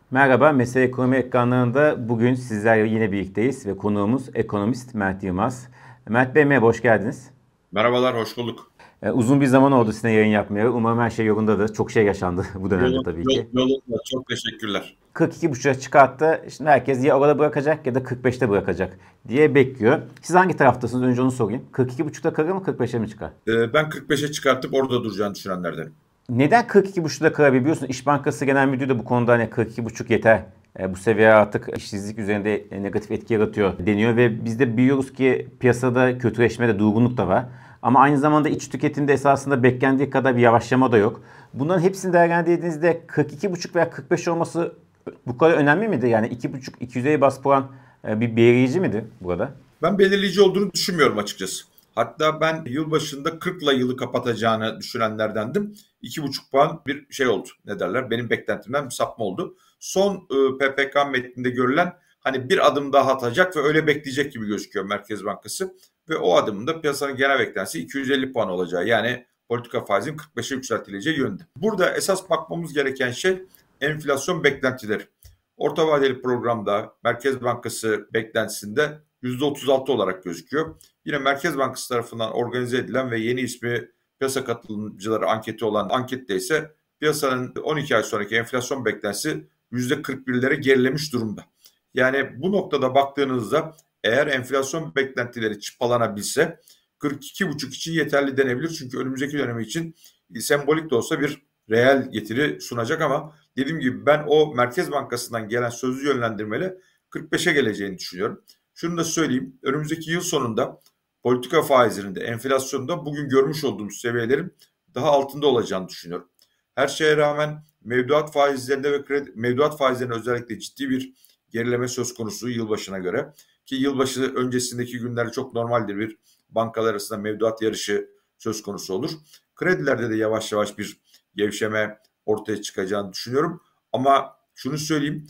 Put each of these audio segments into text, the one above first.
Merhaba, Mesele Ekonomi ekranlarında bugün sizlerle yine birlikteyiz ve konuğumuz ekonomist Mert Yılmaz. Mert Bey merhaba, hoş geldiniz. Merhabalar, hoş bulduk. Uzun bir zaman oldu sizinle yayın yapmaya. Umarım her şey yolundadır. Çok şey yaşandı bu dönemde Yolun, tabii ki. yolunda. Çok teşekkürler. 42,5'a çıkarttı. Şimdi herkes ya orada bırakacak ya da 45'te bırakacak diye bekliyor. Siz hangi taraftasınız? Önce onu sorayım. 42,5'ta kalır mı 45'e mi çıkar? Ben 45'e çıkartıp orada duracağını düşünenlerdenim. Neden 42,5'da kalabilir? Biliyorsunuz İş Bankası Genel Müdürü de bu konuda hani 42,5 yeter. Bu seviye artık işsizlik üzerinde negatif etki yaratıyor deniyor ve biz de biliyoruz ki piyasada kötüleşme de durgunluk da var. Ama aynı zamanda iç tüketimde esasında beklendiği kadar bir yavaşlama da yok. Bunların hepsini değerlendirdiğinizde 42,5 veya 45 olması bu kadar önemli midir? Yani 2,5 250 bas puan bir belirleyici midir burada? Ben belirleyici olduğunu düşünmüyorum açıkçası. Hatta ben yılbaşında 40'la yılı kapatacağını düşünenlerdendim. 2,5 puan bir şey oldu. Ne derler? Benim beklentimden bir sapma oldu. Son PPK metninde görülen hani bir adım daha atacak ve öyle bekleyecek gibi gözüküyor Merkez Bankası. Ve o adımda piyasanın genel beklentisi 250 puan olacağı. Yani politika faizinin 45'e yükseltileceği yönde. Burada esas bakmamız gereken şey enflasyon beklentileri. Orta vadeli programda Merkez Bankası beklentisinde %36 olarak gözüküyor. Yine Merkez Bankası tarafından organize edilen ve yeni ismi piyasa katılımcıları anketi olan ankette ise piyasanın 12 ay sonraki enflasyon beklentisi %41'lere gerilemiş durumda. Yani bu noktada baktığınızda eğer enflasyon beklentileri çıpalanabilse 42,5 için yeterli denebilir. Çünkü önümüzdeki dönemi için sembolik de olsa bir reel getiri sunacak ama dediğim gibi ben o Merkez Bankası'ndan gelen sözlü yönlendirmeyle 45'e geleceğini düşünüyorum. Şunu da söyleyeyim. Önümüzdeki yıl sonunda politika faizinin de enflasyonda bugün görmüş olduğumuz seviyelerin daha altında olacağını düşünüyorum. Her şeye rağmen mevduat faizlerinde ve mevduat faizlerinde özellikle ciddi bir gerileme söz konusu yılbaşına göre. Ki yılbaşı öncesindeki günler çok normaldir, bir bankalar arasında mevduat yarışı söz konusu olur. Kredilerde de yavaş yavaş bir gevşeme ortaya çıkacağını düşünüyorum. Ama şunu söyleyeyim,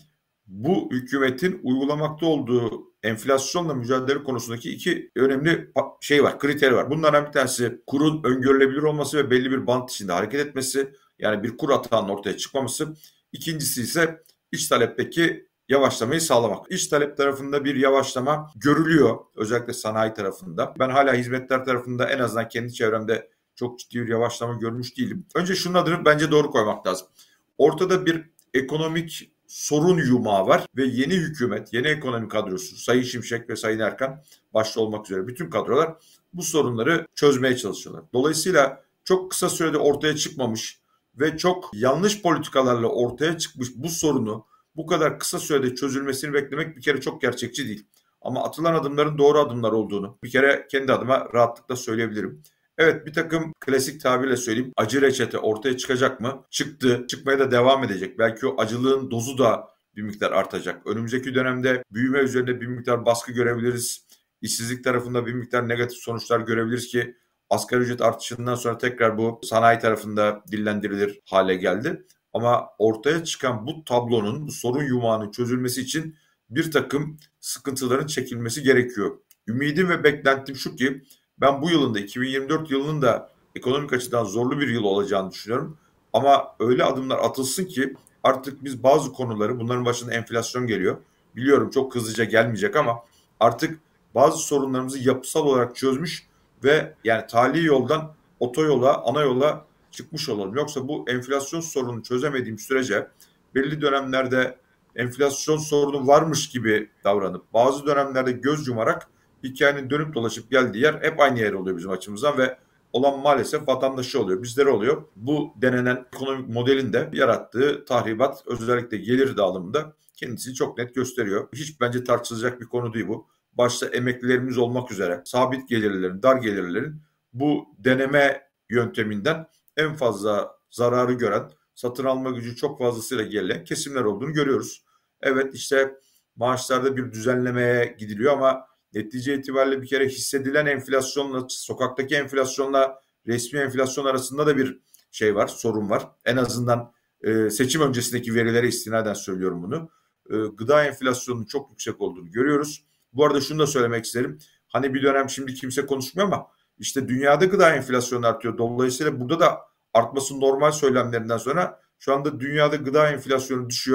bu hükümetin uygulamakta olduğu enflasyonla mücadele konusundaki iki önemli şey var, kriter var. Bunlardan bir tanesi kurun öngörülebilir olması ve belli bir bant içinde hareket etmesi. Yani bir kur atağının ortaya çıkmaması. İkincisi ise iç talepteki yavaşlamayı sağlamak. İç talep tarafında bir yavaşlama görülüyor. Özellikle sanayi tarafında. Ben hala hizmetler tarafında en azından kendi çevremde çok ciddi bir yavaşlama görmüş değilim. Önce şunun adını bence doğru koymak lazım. Ortada bir ekonomik sorun yumağı var ve yeni hükümet, yeni ekonomi kadrosu, Sayın Şimşek ve Sayın Erkan başta olmak üzere bütün kadrolar bu sorunları çözmeye çalışıyorlar. Dolayısıyla çok kısa sürede ortaya çıkmamış ve çok yanlış politikalarla ortaya çıkmış bu sorunu bu kadar kısa sürede çözülmesini beklemek bir kere çok gerçekçi değil. Ama atılan adımların doğru adımlar olduğunu bir kere kendi adıma rahatlıkla söyleyebilirim. Evet, bir takım klasik tabirle söyleyeyim acı reçete ortaya çıkacak mı? Çıktı. Çıkmaya da devam edecek. Belki o acılığın dozu da bir miktar artacak. Önümüzdeki dönemde büyüme üzerinde bir miktar baskı görebiliriz. İşsizlik tarafında bir miktar negatif sonuçlar görebiliriz ki asgari ücret artışından sonra tekrar bu sanayi tarafında dillendirilir hale geldi. Ama ortaya çıkan bu tablonun, bu sorun yumağının çözülmesi için bir takım sıkıntıların çekilmesi gerekiyor. Ümidim ve beklentim şu ki ben bu yılın da 2024 yılının da ekonomik açıdan zorlu bir yıl olacağını düşünüyorum. Ama öyle adımlar atılsın ki artık biz bazı konuları, bunların başında enflasyon geliyor. Biliyorum çok hızlıca gelmeyecek ama artık bazı sorunlarımızı yapısal olarak çözmüş ve yani tali yoldan otoyola, ana yola çıkmış olalım. Yoksa bu enflasyon sorununu çözemediğim sürece belli dönemlerde enflasyon sorunu varmış gibi davranıp bazı dönemlerde göz yumarak hikayenin dönüp dolaşıp geldiği yer hep aynı yer oluyor bizim açımızdan ve olan maalesef vatandaşı oluyor, bizlere oluyor. Bu denenen ekonomik modelin de yarattığı tahribat özellikle gelir dağılımında kendisini çok net gösteriyor. Hiç bence tartışılacak bir konu değil bu. Başta emeklilerimiz olmak üzere sabit gelirlerin, dar gelirlerin bu deneme yönteminden en fazla zararı gören, satın alma gücü çok fazlasıyla gerilen kesimler olduğunu görüyoruz. Evet, işte maaşlarda bir düzenlemeye gidiliyor ama netice itibariyle bir kere hissedilen enflasyonla, sokaktaki enflasyonla resmi enflasyon arasında da bir şey var, sorun var. En azından seçim öncesindeki verilere istinaden söylüyorum bunu. Gıda enflasyonunun çok yüksek olduğunu görüyoruz. Bu arada şunu da söylemek isterim. Hani bir dönem şimdi kimse konuşmuyor ama işte dünyada gıda enflasyonu artıyor. Dolayısıyla burada da artması normal söylemlerinden sonra şu anda dünyada gıda enflasyonu düşüyor.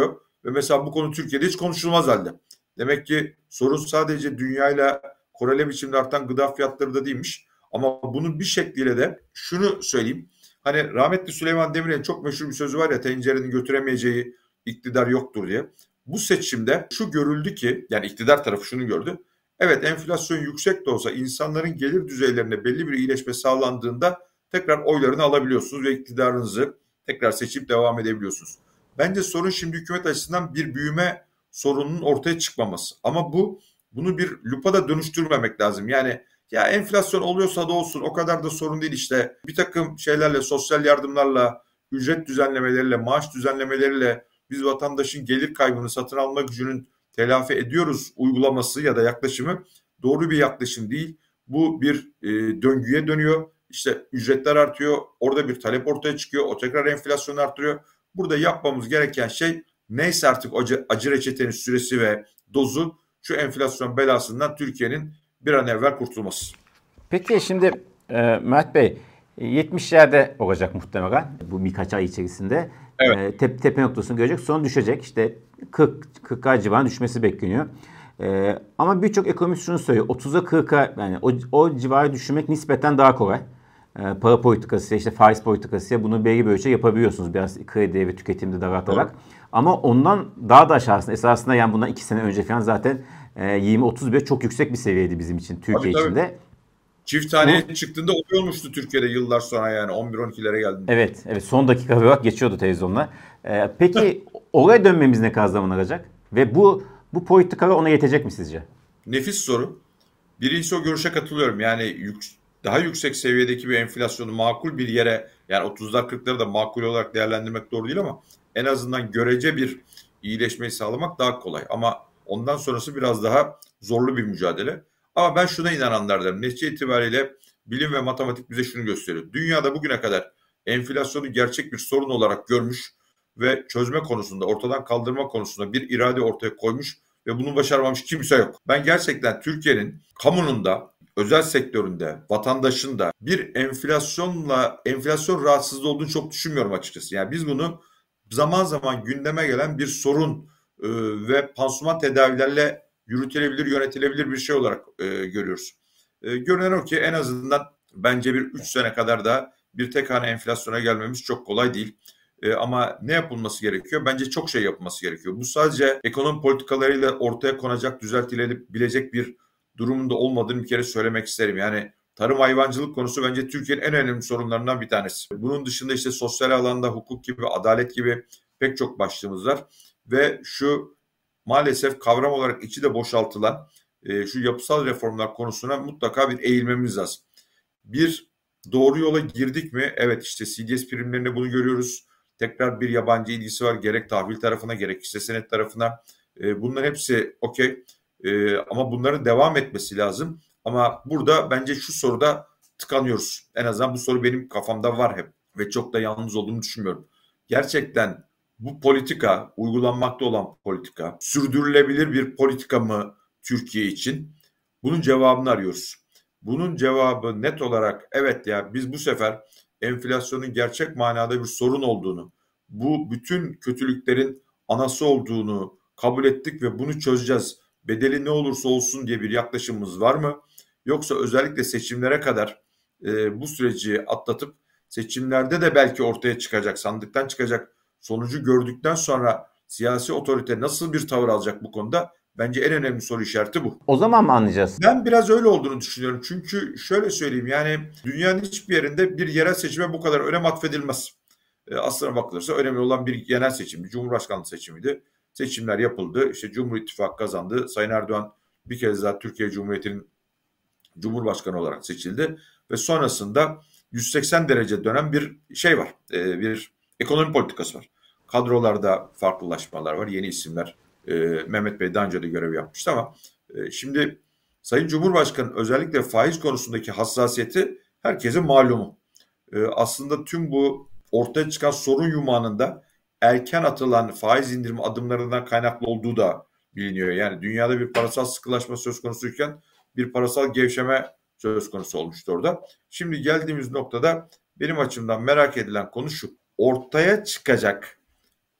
Ve mesela bu konu Türkiye'de hiç konuşulmaz halde. Demek ki sorun sadece dünyayla koreli biçimde artan gıda fiyatları da değilmiş. Ama bunun bir şekliyle de şunu söyleyeyim. Hani rahmetli Süleyman Demirel'in çok meşhur bir sözü var ya, tencerenin götüremeyeceği iktidar yoktur diye. Bu seçimde şu görüldü ki, yani iktidar tarafı şunu gördü. Evet, enflasyon yüksek de olsa insanların gelir düzeylerine belli bir iyileşme sağlandığında tekrar oylarını alabiliyorsunuz ve iktidarınızı tekrar seçip devam edebiliyorsunuz. Bence sorun şimdi hükümet açısından bir büyüme sorununun ortaya çıkmaması. Ama bunu bir lupa da dönüştürmemek lazım. Yani ya enflasyon oluyorsa da olsun, o kadar da sorun değil işte. Bir takım şeylerle, sosyal yardımlarla, ücret düzenlemeleriyle, maaş düzenlemeleriyle biz vatandaşın gelir kaybını, satın alma gücünün telafi ediyoruz uygulaması ya da yaklaşımı doğru bir yaklaşım değil. Bu bir döngüye dönüyor. İşte ücretler artıyor, orada bir talep ortaya çıkıyor, o tekrar enflasyonu artırıyor. Burada yapmamız gereken şey neyse artık acı reçetenin süresi ve dozu, şu enflasyon belasından Türkiye'nin bir an evvel kurtulması. Peki şimdi Mert Bey, 70'lerde olacak muhtemelen bu birkaç ay içerisinde. Evet. Tepe noktasını görecek, sonra düşecek. İşte 40'a civarında düşmesi bekleniyor. Ama birçok ekonomist şunu söylüyor. 30'a 40'a, yani o civarı düşürmek nispeten daha kolay. Para politikası, işte faiz politikası, bunu belli bir ölçüde yapabiliyorsunuz. Biraz kredi ve tüketimde daraltarak. Doğru. Ama ondan daha da aşağısında, esasında yani bundan 2 sene önce falan zaten 20-30 çok yüksek bir seviyeydi bizim için, Türkiye Tabii. içinde. Çift taneye çıktığında oluyor olmuştu Türkiye'de yıllar sonra, yani 11-12'lere geldiğinde. Evet, son dakika olarak geçiyordu televizyonlar. Peki oraya dönmemiz ne kadar zaman alacak? Ve bu politikalar ona yetecek mi sizce? Nefis soru. Birincisi, o görüşe katılıyorum. Yani daha yüksek seviyedeki bir enflasyonu makul bir yere, yani 30'lar 40'ları da makul olarak değerlendirmek doğru değil ama en azından görece bir iyileşmeyi sağlamak daha kolay. Ama ondan sonrası biraz daha zorlu bir mücadele. Ama ben şuna inananlardanım. Netice itibariyle bilim ve matematik bize şunu gösteriyor. Dünyada bugüne kadar enflasyonu gerçek bir sorun olarak görmüş ve çözme konusunda, ortadan kaldırma konusunda bir irade ortaya koymuş ve bunu başarmamış kimse yok. Ben gerçekten Türkiye'nin kamunun da, özel sektöründe, vatandaşın da bir enflasyon rahatsızlığı olduğunu çok düşünmüyorum açıkçası. Yani biz bunu zaman zaman gündeme gelen bir sorun ve pansuman tedavilerle yürütülebilir, yönetilebilir bir şey olarak görüyoruz. Görünen o ki en azından bence bir 3 sene kadar da bir tek hane enflasyona gelmemiz çok kolay değil. Ama ne yapılması gerekiyor? Bence çok şey yapılması gerekiyor. Bu sadece ekonomi politikalarıyla ortaya konacak, düzeltilebilecek bir durumunda olmadığını bir kere söylemek isterim. Yani tarım hayvancılık konusu bence Türkiye'nin en önemli sorunlarından bir tanesi. Bunun dışında işte sosyal alanda hukuk gibi, adalet gibi pek çok başlığımız var. Ve şu maalesef kavram olarak içi de boşaltılan şu yapısal reformlar konusuna mutlaka bir eğilmemiz lazım. Bir, doğru yola girdik mi? Evet, işte CDS primlerinde bunu görüyoruz. Tekrar bir yabancı ilgisi var. Gerek tahvil tarafına, gerek hisse senet tarafına. Bunların hepsi okey. Ama bunların devam etmesi lazım. Ama burada bence şu soruda tıkanıyoruz. En azından bu soru benim kafamda var hep. Ve çok da yalnız olduğumu düşünmüyorum. Gerçekten bu politika, uygulanmakta olan politika, sürdürülebilir bir politika mı Türkiye için? Bunun cevabını arıyoruz. Bunun cevabı net olarak evet, ya biz bu sefer enflasyonun gerçek manada bir sorun olduğunu, bu bütün kötülüklerin anası olduğunu kabul ettik ve bunu çözeceğiz. Bedeli ne olursa olsun diye bir yaklaşımımız var mı? Yoksa özellikle seçimlere kadar bu süreci atlatıp seçimlerde de belki ortaya çıkacak, sandıktan çıkacak sonucu gördükten sonra siyasi otorite nasıl bir tavır alacak bu konuda? Bence en önemli soru işareti bu. O zaman mı anlayacağız? Ben biraz öyle olduğunu düşünüyorum. Çünkü şöyle söyleyeyim, yani dünyanın hiçbir yerinde bir yerel seçime bu kadar önem atfedilmez. Aslına bakılırsa önemli olan bir genel seçimdi. Cumhurbaşkanlığı seçimiydi. Seçimler yapıldı. İşte Cumhur İttifakı kazandı. Sayın Erdoğan bir kez daha Türkiye Cumhuriyeti'nin Cumhurbaşkanı olarak seçildi. Ve sonrasında 180 derece dönen bir şey var. Bir ekonomi politikası var. Kadrolarda farklılaşmalar var. Yeni isimler. Mehmet Bey daha önce de görev yapmıştı ama şimdi Sayın Cumhurbaşkanı özellikle faiz konusundaki hassasiyeti herkesin malumu. Aslında tüm bu ortaya çıkan sorun yumağının da erken atılan faiz indirimi adımlarından kaynaklı olduğu da biliniyor. Yani dünyada bir parasal sıkılaşma söz konusuyken bir parasal gevşeme söz konusu olmuştu orada. Şimdi geldiğimiz noktada benim açımdan merak edilen konu şu: ortaya çıkacak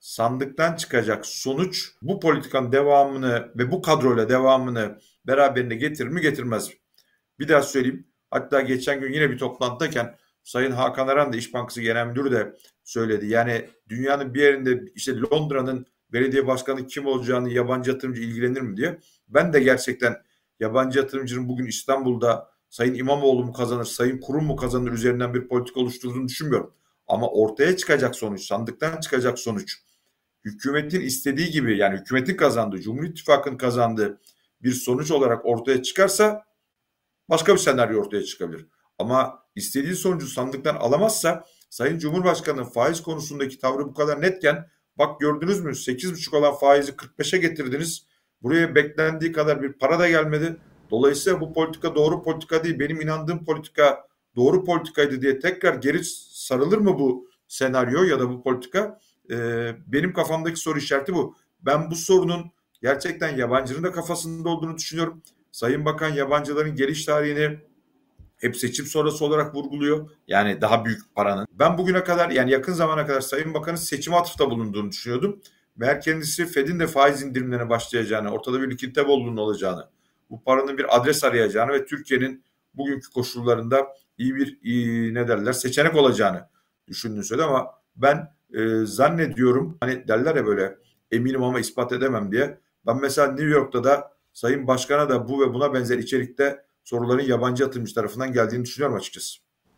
sandıktan çıkacak sonuç bu politikanın devamını ve bu kadroyla devamını beraberinde getirir mi getirmez mi? Bir daha söyleyeyim. Hatta geçen gün yine bir toplantıdayken Sayın Hakan Aran da İş Bankası Genel Müdürü de söyledi. Yani dünyanın bir yerinde işte Londra'nın belediye başkanı kim olacağını yabancı yatırımcı ilgilenir mi diye. Ben de gerçekten yabancı yatırımcının bugün İstanbul'da Sayın İmamoğlu mu kazanır, Sayın Kurum mu kazanır üzerinden bir politika oluşturduğunu düşünmüyorum. Ama ortaya çıkacak sonuç, sandıktan çıkacak sonuç, hükümetin istediği gibi yani hükümetin kazandığı, Cumhur İttifakı'nın kazandığı bir sonuç olarak ortaya çıkarsa başka bir senaryo ortaya çıkabilir. Ama istediği sonucu sandıktan alamazsa Sayın Cumhurbaşkanı'nın faiz konusundaki tavrı bu kadar netken bak gördünüz mü 8,5 olan faizi 45'e getirdiniz. Buraya beklendiği kadar bir para da gelmedi. Dolayısıyla bu politika doğru politika değil. Benim inandığım politika doğru politikaydı diye tekrar geri sarılır mı bu senaryo ya da bu politika? Benim kafamdaki soru işareti bu. Ben bu sorunun gerçekten yabancının da kafasında olduğunu düşünüyorum. Sayın Bakan yabancıların geliş tarihini hep seçim sonrası olarak vurguluyor. Yani daha büyük paranın. Ben bugüne kadar yani yakın zamana kadar Sayın Bakan'ın seçime atıfta bulunduğunu düşünüyordum. Meğer kendisi Fed'in de faiz indirimlerine başlayacağını, ortada bir likidite bolluğunun olacağını, bu paranın bir adres arayacağını ve Türkiye'nin bugünkü koşullarında iyi bir ne derler seçenek olacağını düşündüğünü söyledi ama ben zannediyorum hani derler ya böyle eminim ama ispat edemem diye. Ben mesela New York'ta da Sayın Başkan'a da bu ve buna benzer içerikte soruların yabancı yatırımcı tarafından geldiğini düşünüyorum açıkçası.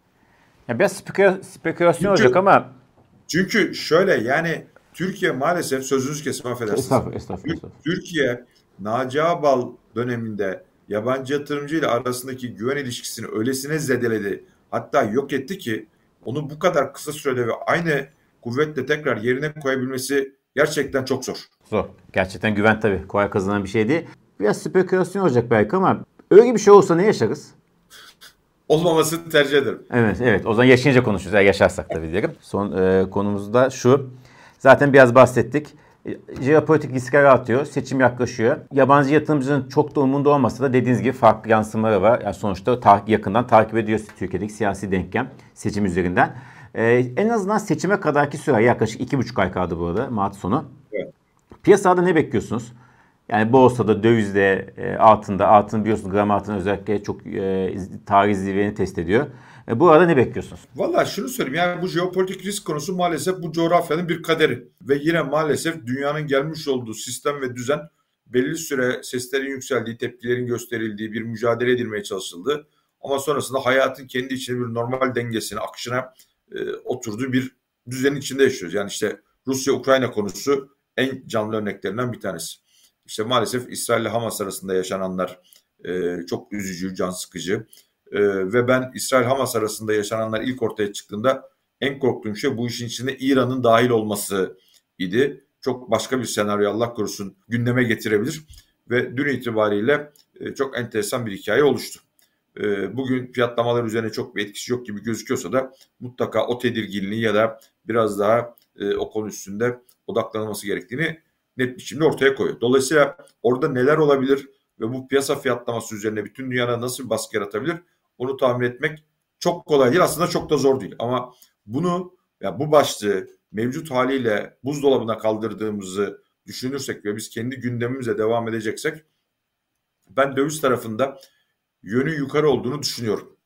Ya biraz spekülasyon olacak Çünkü, ama çünkü şöyle yani Türkiye maalesef sözünüzü kesim affedersiniz. estağfurullah. Türkiye Naci Ağbal döneminde yabancı yatırımcı ile arasındaki güven ilişkisini öylesine zedeledi. Hatta yok etti ki onu bu kadar kısa sürede ve aynı kuvvetle tekrar yerine koyabilmesi gerçekten çok zor. Zor. Gerçekten güven tabii kolay kazanan bir şey değil. Biraz spekülasyon olacak belki ama öyle bir şey olsa ne yaşarız? Olmamasını tercih ederim. Evet. O zaman yaşayınca konuşuruz. Ya yaşarsak tabii diyelim. Son konumuz da şu. Zaten biraz bahsettik. Jeopolitik riskler artıyor. Seçim yaklaşıyor. Yabancı yatırımcının çok da umurunda olmasa da dediğiniz gibi farklı yansımaları var. Yani sonuçta yakından takip ediyor Türkiye'deki siyasi denklem seçim üzerinden. En azından seçime kadarki süre yaklaşık 2,5 ay kaldı bu arada Mart sonu. Evet. Piyasada ne bekliyorsunuz? Yani borsada, dövizde, altında, altın biliyorsunuz gram altın özellikle çok tarihi zirveni test ediyor. Bu arada ne bekliyorsunuz? Valla şunu söyleyeyim yani bu jeopolitik risk konusu maalesef bu coğrafyanın bir kaderi. Ve yine maalesef dünyanın gelmiş olduğu sistem ve düzen belli süre seslerin yükseldiği, tepkilerin gösterildiği, bir mücadele edilmeye çalışıldı. Ama sonrasında hayatın kendi içinde bir normal dengesine, akışına oturduğu bir düzenin içinde yaşıyoruz. Yani işte Rusya-Ukrayna konusu en canlı örneklerinden bir tanesi. İşte maalesef İsrail ile Hamas arasında yaşananlar çok üzücü, can sıkıcı. Ve ben İsrail-Hamas arasında yaşananlar ilk ortaya çıktığında en korktuğum şey bu işin içinde İran'ın dahil olması idi. Çok başka bir senaryo Allah korusun gündeme getirebilir. Ve dün itibariyle çok enteresan bir hikaye oluştu. Bugün fiyatlamalar üzerine çok bir etkisi yok gibi gözüküyorsa da mutlaka o tedirginliği ya da biraz daha o konu üstünde odaklanılması gerektiğini net biçimde ortaya koyuyor. Dolayısıyla orada neler olabilir ve bu piyasa fiyatlaması üzerine bütün dünyada nasıl bir baskı yaratabilir onu tahmin etmek çok kolay değil. Aslında çok da zor değil. Ama bunu ya bu başlığı mevcut haliyle buzdolabına kaldırdığımızı düşünürsek ve biz kendi gündemimize devam edeceksek ben döviz tarafında yönü yukarı olduğunu düşünüyorum.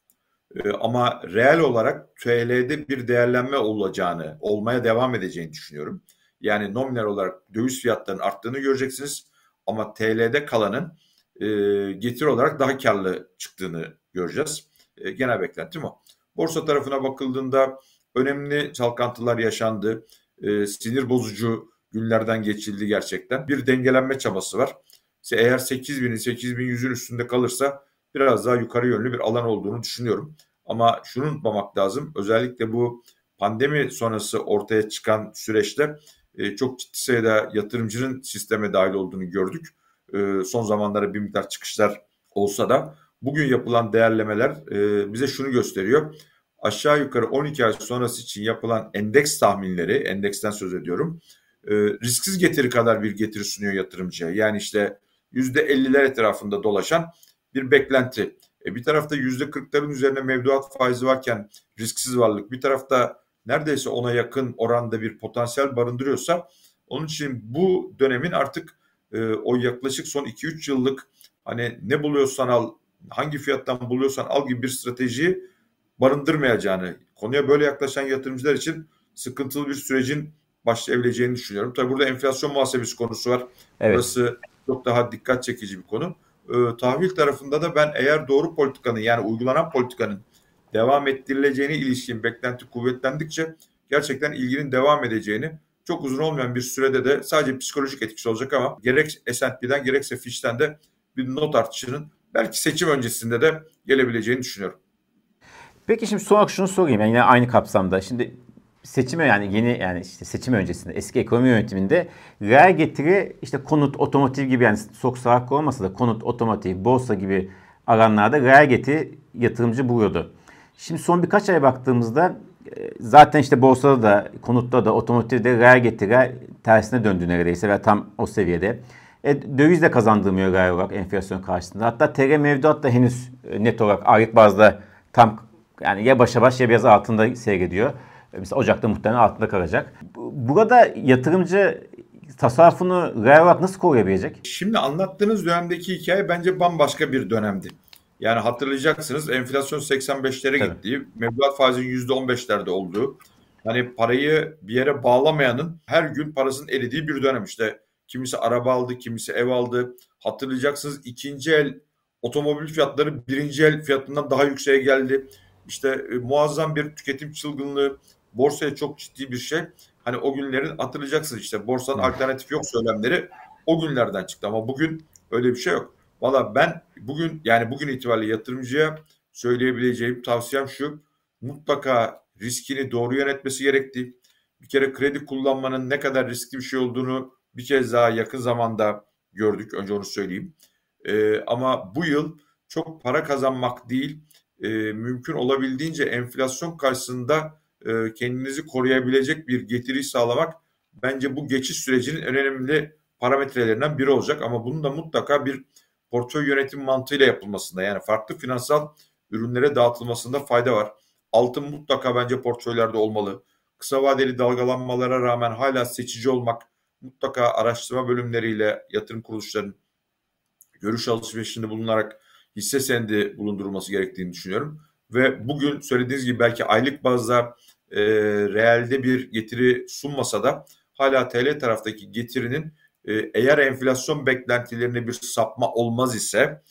Ama reel olarak TL'de bir değerlenme olmaya devam edeceğini düşünüyorum. Yani nominal olarak döviz fiyatlarının arttığını göreceksiniz. Ama TL'de kalanın getiri olarak daha karlı çıktığını göreceğiz. Genel beklentim o. Borsa tarafına bakıldığında önemli çalkantılar yaşandı. Sinir bozucu günlerden geçildi gerçekten. Bir dengelenme çabası var. Eğer 8.000'in 8.100'ün üstünde kalırsa biraz daha yukarı yönlü bir alan olduğunu düşünüyorum. Ama şunu unutmamak lazım. Özellikle bu pandemi sonrası ortaya çıkan süreçte çok ciddi sayıda yatırımcının sisteme dahil olduğunu gördük. Son zamanlarda bir miktar çıkışlar olsa da bugün yapılan değerlemeler bize şunu gösteriyor. Aşağı yukarı 12 ay sonrası için yapılan endeks tahminleri, endeksten söz ediyorum, risksiz getiri kadar bir getiri sunuyor yatırımcıya. Yani işte %50'ler etrafında dolaşan bir beklenti. Bir tarafta %40'ların üzerine mevduat faizi varken risksiz varlık, bir tarafta neredeyse ona yakın oranda bir potansiyel barındırıyorsa Onun için bu dönemin artık o yaklaşık son 2-3 yıllık hani ne buluyorsan al, hangi fiyattan buluyorsan al gibi bir stratejiyi barındırmayacağını, konuya böyle yaklaşan yatırımcılar için sıkıntılı bir sürecin başlayabileceğini düşünüyorum. Tabii burada enflasyon muhasebesi konusu var. Evet. Burası çok daha dikkat çekici bir konu. Tahvil tarafında da ben eğer doğru politikanın, yani uygulanan politikanın devam ettirileceğine ilişkin beklenti kuvvetlendikçe gerçekten ilginin devam edeceğini, çok uzun olmayan bir sürede de sadece psikolojik etkisi olacak ama gerek S&P'den gerekse Fitch'ten de bir not artışının belki seçim öncesinde de gelebileceğini düşünüyorum. Peki şimdi son olarak şunu sorayım. Yani yine aynı kapsamda. Şimdi seçime, yani yeni, yani işte seçim öncesinde eski ekonomi yönetiminde reel getiri işte konut, otomotiv gibi, yani çok sağlıklı olmasa da konut, otomotiv, borsa gibi alanlarda reel getiri yatırımcı buluyordu. Şimdi son birkaç aya baktığımızda zaten işte borsada da, konutta da, otomotivde reel getiri tersine döndü neredeyse ve tam o seviyede. Döviz de kazandırmıyor reel olarak enflasyon karşısında. Hatta TL mevduat da henüz net olarak aylık bazda tam, yani ya başa baş ya biraz altında seyrediyor. Mesela Ocak'ta muhtemelen altında kalacak. Burada yatırımcı tasarrufunu reel olarak nasıl koruyabilecek? Şimdi anlattığınız dönemdeki hikaye bence bambaşka bir dönemdi. Yani hatırlayacaksınız, enflasyon 85'lere Tabii. gittiği, mevduat faizinin %15'lerde olduğu, hani parayı bir yere bağlamayanın her gün parasının eridiği bir dönem. İşte kimisi araba aldı, kimisi ev aldı. Hatırlayacaksınız, ikinci el otomobil fiyatları birinci el fiyatından daha yükseğe geldi. İşte muazzam bir tüketim çılgınlığı, borsaya çok ciddi bir şey. Hani o günlerin, hatırlayacaksınız, işte borsanın alternatif yok söylemleri o günlerden çıktı ama bugün öyle bir şey yok. Valla ben bugün, yani bugün itibariyle yatırımcıya söyleyebileceğim tavsiyem şu: mutlaka riskini doğru yönetmesi gerektiği, bir kere kredi kullanmanın ne kadar riskli bir şey olduğunu bir kez daha yakın zamanda gördük. Önce onu söyleyeyim. Ama bu yıl çok para kazanmak değil, mümkün olabildiğince enflasyon karşısında kendinizi koruyabilecek bir getiri sağlamak bence bu geçiş sürecinin önemli parametrelerinden biri olacak. Ama bunun da mutlaka bir portföy yönetim mantığıyla yapılmasında, yani farklı finansal ürünlere dağıtılmasında fayda var. Altın mutlaka bence portföylerde olmalı. Kısa vadeli dalgalanmalara rağmen hala seçici olmak, mutlaka araştırma bölümleriyle yatırım kuruluşlarının görüş alışverişinde bulunarak hisse senedi bulundurulması gerektiğini düşünüyorum. Ve bugün söylediğiniz gibi belki aylık bazda reelde bir getiri sunmasa da hala TL taraftaki getirinin eğer enflasyon beklentilerine bir sapma olmaz ise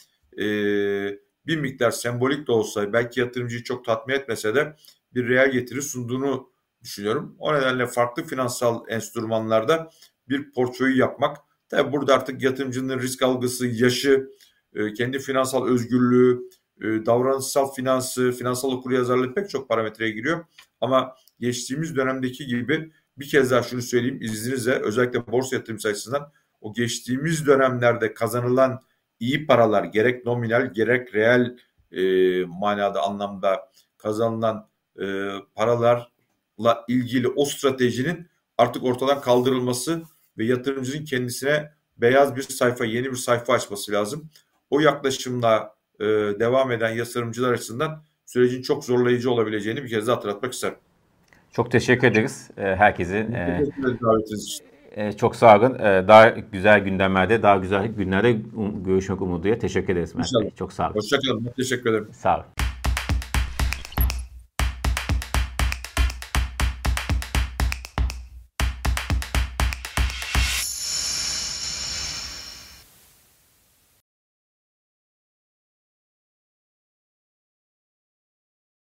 bir miktar sembolik de olsa, belki yatırımcıyı çok tatmin etmese de bir reel getiri sunduğunu düşünüyorum. O nedenle farklı finansal enstrümanlarda bir portföyü yapmak, tabii burada artık yatırımcının risk algısı, yaşı, kendi finansal özgürlüğü, davranışsal finansı, finansal okuryazarlığı, pek çok parametreye giriyor. Ama geçtiğimiz dönemdeki gibi, bir kez daha şunu söyleyeyim izninizle, özellikle borsa yatırımcısı açısından, o geçtiğimiz dönemlerde kazanılan iyi paralar, gerek nominal gerek reel manada, anlamda kazanılan paralarla ilgili o stratejinin artık ortadan kaldırılması ve yatırımcının kendisine beyaz bir sayfa, yeni bir sayfa açması lazım. O yaklaşımla devam eden yatırımcılar açısından sürecin çok zorlayıcı olabileceğini bir kez daha hatırlatmak isterim. Çok teşekkür ederiz herkesin. Teşekkür ederim davetiniz için. Çok sağ olun. Daha güzel gündemlerde, daha güzel günlerde görüşmek umuduyla. Teşekkür ederiz Mert Bey. Çok sağ olun. Hoşçakalın. Teşekkür ederim. Sağ olun.